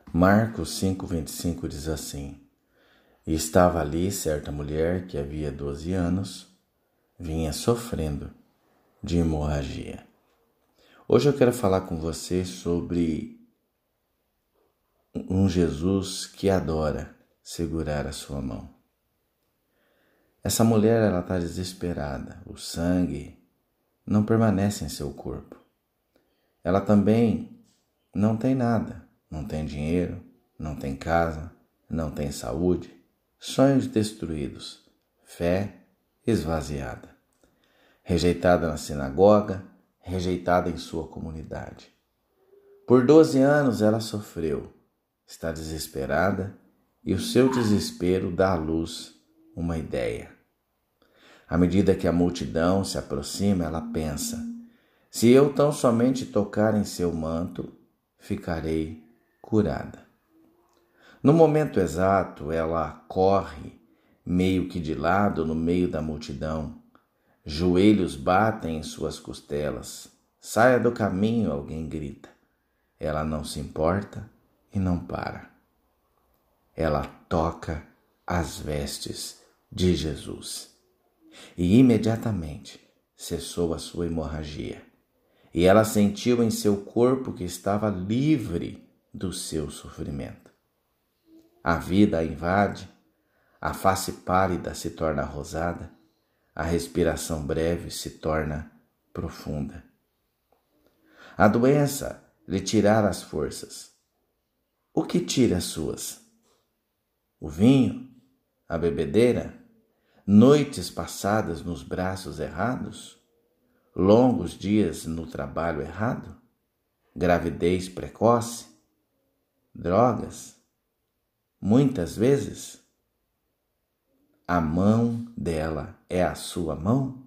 Marcos 5,25 diz assim: E estava ali certa mulher que havia 12 anos, vinha sofrendo de hemorragia. Hoje eu quero falar com você sobre um Jesus que adora segurar a sua mão. Essa mulher, ela está desesperada, o sangue não permanece em seu corpo. Ela também não tem nada, não tem dinheiro, não tem casa, não tem saúde, sonhos destruídos, fé esvaziada, rejeitada na sinagoga, rejeitada em sua comunidade. Por 12 anos ela sofreu, está desesperada e o seu desespero dá à luz uma ideia. À medida que a multidão se aproxima, ela pensa: se eu tão somente tocar em seu manto, ficarei curada. No momento exato, ela corre, meio que de lado no meio da multidão. Joelhos batem em suas costelas. Saia do caminho, alguém grita. Ela não se importa e não para. Ela toca as vestes de Jesus. E imediatamente cessou a sua hemorragia. E ela sentiu em seu corpo que estava livre do seu sofrimento. A vida a invade, a face pálida se torna rosada, a respiração breve se torna profunda. A doença lhe tirara as forças. O que tira as suas? O vinho? A bebedeira? Noites passadas nos braços errados? Longos dias no trabalho errado? Gravidez precoce? Drogas? Muitas vezes, a mão dela é a sua mão?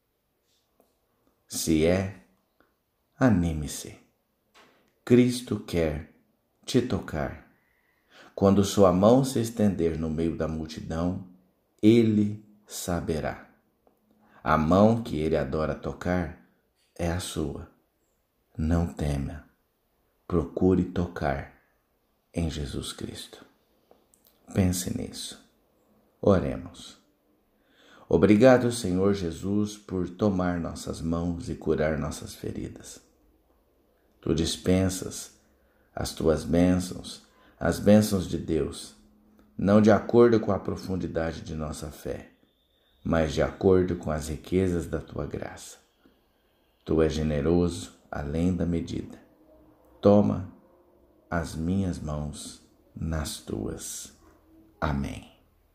Se é, anime-se. Cristo quer te tocar. Quando sua mão se estender no meio da multidão, Ele saberá. A mão que Ele adora tocar é a sua. Não tema. Procure tocar em Jesus Cristo. Pense nisso. Oremos. Obrigado, Senhor Jesus, por tomar nossas mãos e curar nossas feridas. Tu dispensas as tuas bênçãos, as bênçãos de Deus, não de acordo com a profundidade de nossa fé, mas de acordo com as riquezas da tua graça. Tu és generoso além da medida. Toma as minhas mãos nas tuas. Amém.